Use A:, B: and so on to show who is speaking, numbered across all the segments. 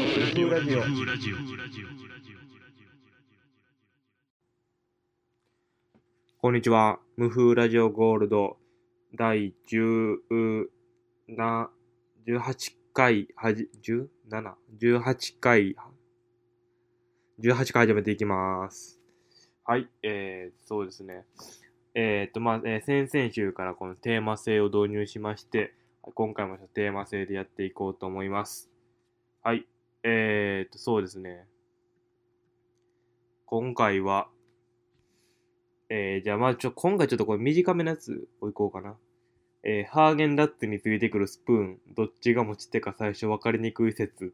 A: 風ラジオ。こんにちは。無風ラジオゴールド第18回18回始めていきます。はい、そうですね。先々週からこのテーマ性を導入しまして、今回もテーマ性でやっていこうと思います。はい、そうですね。今回は、じゃあまあ今回ちょっとこれ短めのやつをいこうかな。ハーゲンダッツについてくるスプーン、どっちが持ち手か最初分かりにくい説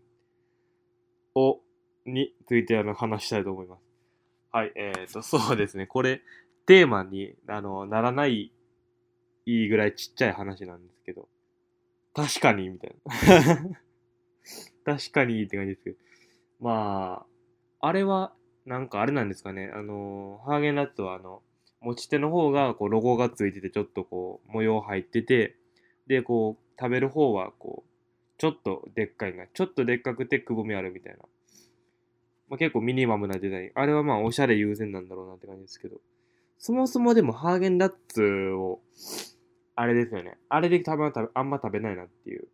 A: について話したいと思います。はい、そうですね。これ、テーマにならないぐらいちっちゃい話なんですけど、確かに、みたいな。確かにって感じですけど。まあ、あれは、なんかあれなんですかね。ハーゲンダッツは持ち手の方がこうロゴがついてて、ちょっとこう模様入ってて、で、こう食べる方はこう、ちょっとでっかいな。ちょっとでっかくてくぼみあるみたいな。まあ、結構ミニマムなデザイン。あれはまあおしゃれ優先なんだろうなって感じですけど。そもそもでもハーゲンダッツを、あれですよね。あれであんま食べないなっていう。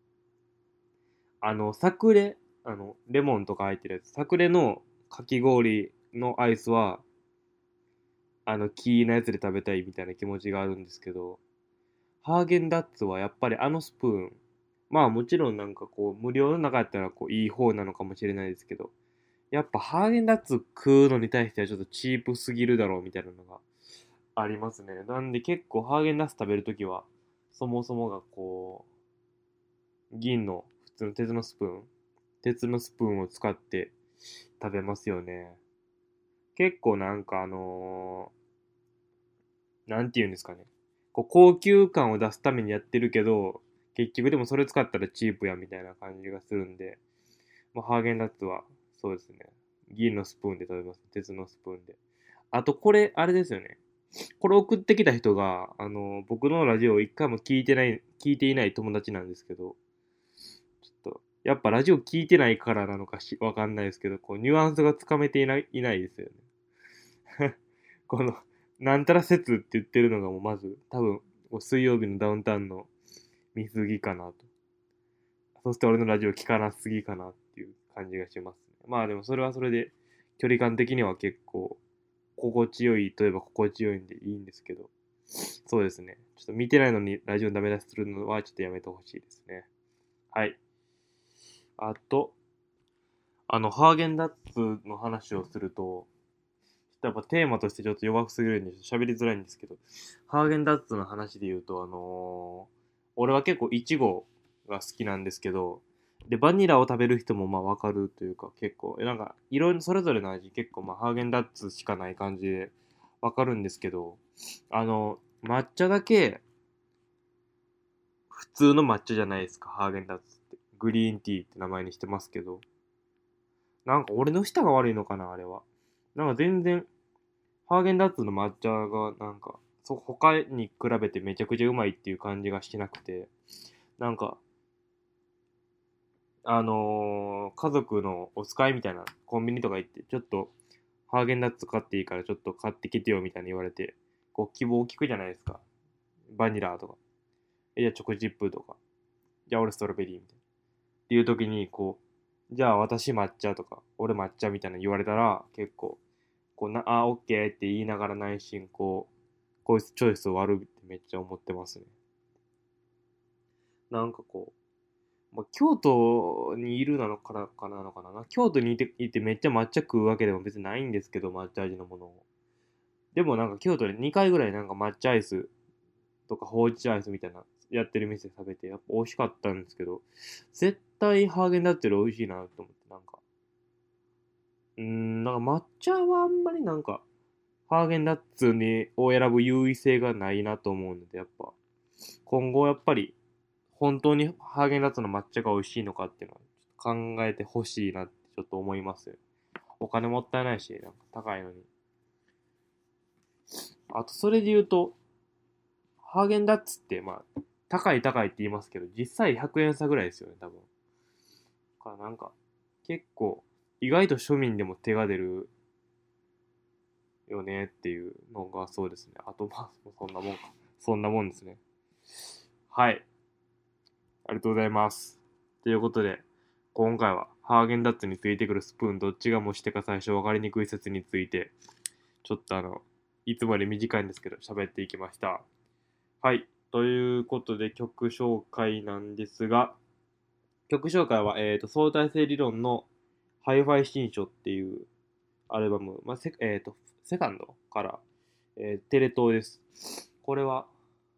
A: サクレ、レモンとか入ってるやつ。サクレのかき氷のアイスは、木のやつで食べたいみたいな気持ちがあるんですけど、ハーゲンダッツはやっぱりスプーン。まあもちろんなんかこう、無料の中やったらこう、いい方なのかもしれないですけど、やっぱハーゲンダッツ食うのに対してはちょっとチープすぎるだろうみたいなのがありますね。なんで結構ハーゲンダッツ食べるときは、そもそもがこう、銀の普通の鉄のスプーンを使って食べますよね。結構なんかなんて言うんですかね。こう高級感を出すためにやってるけど、結局でもそれ使ったらチープやみたいな感じがするんで、まあ、ハーゲンダッツはそうですね。銀のスプーンで食べます。鉄のスプーンで。あとこれ、あれですよね。これ送ってきた人が、僕のラジオを一回も聞いていない友達なんですけど、ちょっと、やっぱラジオ聞いてないからなのかわかんないですけど、こう、ニュアンスがつかめていないですよね。この、なんたら説って言ってるのがもうまず、多分、水曜日のダウンタウンの見過ぎかなと。そして俺のラジオ聞かなすぎかなっていう感じがしますね。まあでもそれはそれで、距離感的には結構、心地よいといえば心地よいんでいいんですけど、そうですね。ちょっと見てないのにラジオにダメ出しするのはちょっとやめてほしいですね。はい。あと、ハーゲンダッツの話をすると、やっぱテーマとしてちょっと弱すぎるんで喋りづらいんですけど、ハーゲンダッツの話で言うと、俺は結構イチゴが好きなんですけど、で、バニラを食べる人もまあわかるというか、結構、なんか、いろいろそれぞれの味結構まあハーゲンダッツしかない感じでわかるんですけど、抹茶だけ普通の抹茶じゃないですか、ハーゲンダッツって。グリーンティーって名前にしてますけど、なんか俺の舌が悪いのかな、あれは。なんか全然、ハーゲンダッツの抹茶がなんか、他に比べてめちゃくちゃうまいっていう感じがしなくて、なんか、家族のお使いみたいなコンビニとか行って、ちょっとハーゲンダッツ買っていいからちょっと買ってきてよみたいに言われて、こう希望を聞くじゃないですか。バニラとか。じゃあチョコチップとか。じゃあ俺ストロベリーみたいな。っていう時に、こう、じゃあ私抹茶とか、俺抹茶みたいな言われたら、結構、こうオッケーって言いながら内心、こう、こいつチョイス悪いってめっちゃ思ってますね。なんかこう、まあ、京都にいるなのかな。京都にいてめっちゃ抹茶食うわけでも別にないんですけど、抹茶味のものを。でもなんか京都で2回ぐらいなんか抹茶アイスとかほうじ茶アイスみたいなやってる店食べて、やっぱ美味しかったんですけど、絶対ハーゲンダッツより美味しいなと思って、なんか。なんか抹茶はあんまりなんか、ハーゲンダッツを選ぶ優位性がないなと思うので、やっぱ、今後やっぱり、本当にハーゲンダッツの抹茶が美味しいのかっていうのは、考えてほしいなってちょっと思いますよ。お金もったいないし、なんか高いのに。あと、それで言うと、ハーゲンダッツって、まあ、高いって言いますけど、実際100円差ぐらいですよね、多分。だからなんか、 結構意外と庶民でも手が出るよねっていうのがそうですね。あとまあそんなもんか。そんなもんですね。はい。ありがとうございます。ということで、今回はハーゲンダッツについてくるスプーンどっちが模してか最初分かりにくい説について、ちょっといつもより短いんですけど喋っていきました。はい。ということで曲紹介なんですが、曲紹介は、相対性理論のハイファイ新書っていうアルバム、まあ、セカンドから、テレ東です。これは、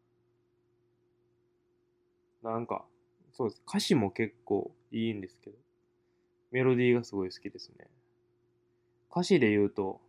A: なんか、そうです。歌詞も結構いいんですけど、メロディーがすごい好きですね。歌詞で言うと、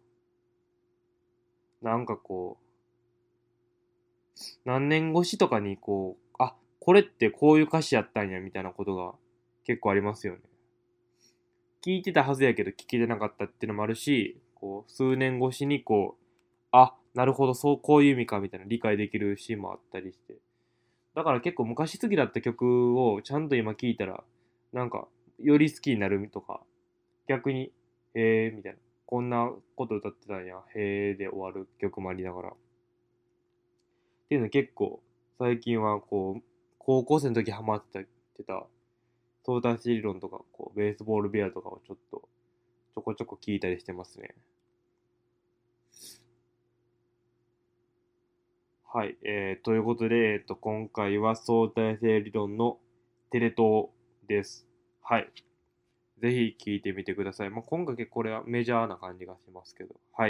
A: なんかこう、何年越しとかにこう、あ、これってこういう歌詞やったんやみたいなことが結構ありますよね。聞いてたはずやけど聞けてなかったっていうのもあるし、こう、数年越しにこう、あ、なるほど、そう、こういう意味かみたいな理解できるシーンもあったりして。だから結構昔好きだった曲をちゃんと今聴いたら、なんか、より好きになるとか、逆に、みたいな。こんなこと歌ってたんや、へーで終わる曲もありながら。っていうの結構、最近はこう、高校生の時ハマってた、相対性理論とか、こう、ベースボールベアとかをちょっと、ちょこちょこ聞いたりしてますね。はい。ということで、今回は相対性理論のテレ東です。はい。ぜひ聞いてみてください。まあ、今回結構これはメジャーな感じがしますけど。はい。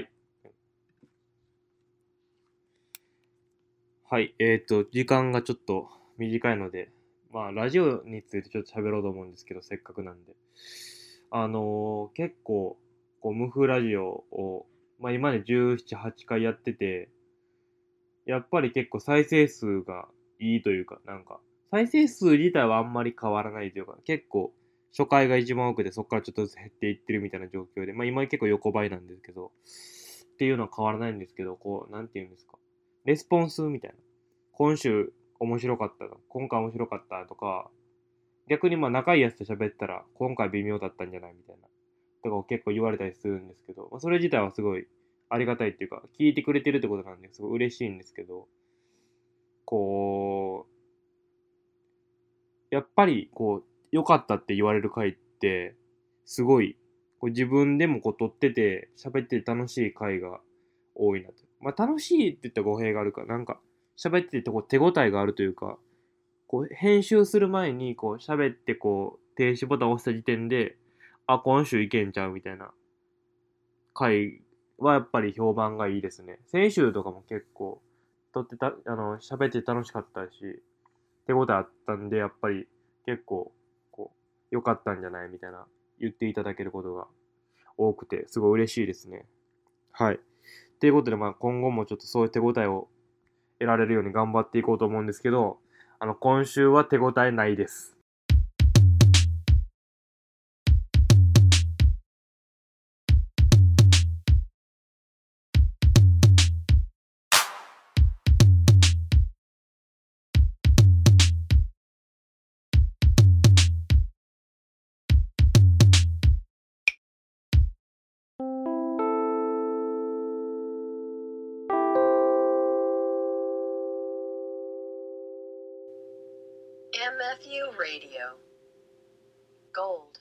A: はい。時間がちょっと短いので、まあ、ラジオについてちょっと喋ろうと思うんですけど、せっかくなんで。結構、こう、無風ラジオを、まあ、今まで17、8回やってて、やっぱり結構再生数がいいというか、なんか、再生数自体はあんまり変わらないというか、結構、初回が一番多くて、そこからちょっとずつ減っていってるみたいな状況で、まあ今結構横ばいなんですけど、っていうのは変わらないんですけど、こう、なんていうんですか。レスポンスみたいな。今週面白かったとか、今回面白かったとか、逆にまあ仲いいやつと喋ったら、今回微妙だったんじゃないみたいな。とかを結構言われたりするんですけど、まあ、それ自体はすごいありがたいっていうか、聞いてくれてるってことなんですごい嬉しいんですけど、こやっぱりこう、良かったって言われる回って、すごい、こう自分でもこう撮ってて、喋ってて楽しい回が多いなと。まあ楽しいって言ったら語弊があるから、なんか、喋っててこう手応えがあるというか、こう編集する前にこう喋ってこう停止ボタンを押した時点で、あ、今週いけんちゃうみたいな回はやっぱり評判がいいですね。先週とかも結構撮ってた、喋って楽しかったし、手応えあったんで、やっぱり結構、こう、良かったんじゃないみたいな言っていただけることが多くて、すごい嬉しいですね。はい。ということで、まあ今後もちょっとそういう手応えを得られるように頑張っていこうと思うんですけど、今週は手応えないです。
B: MFU Radio Gold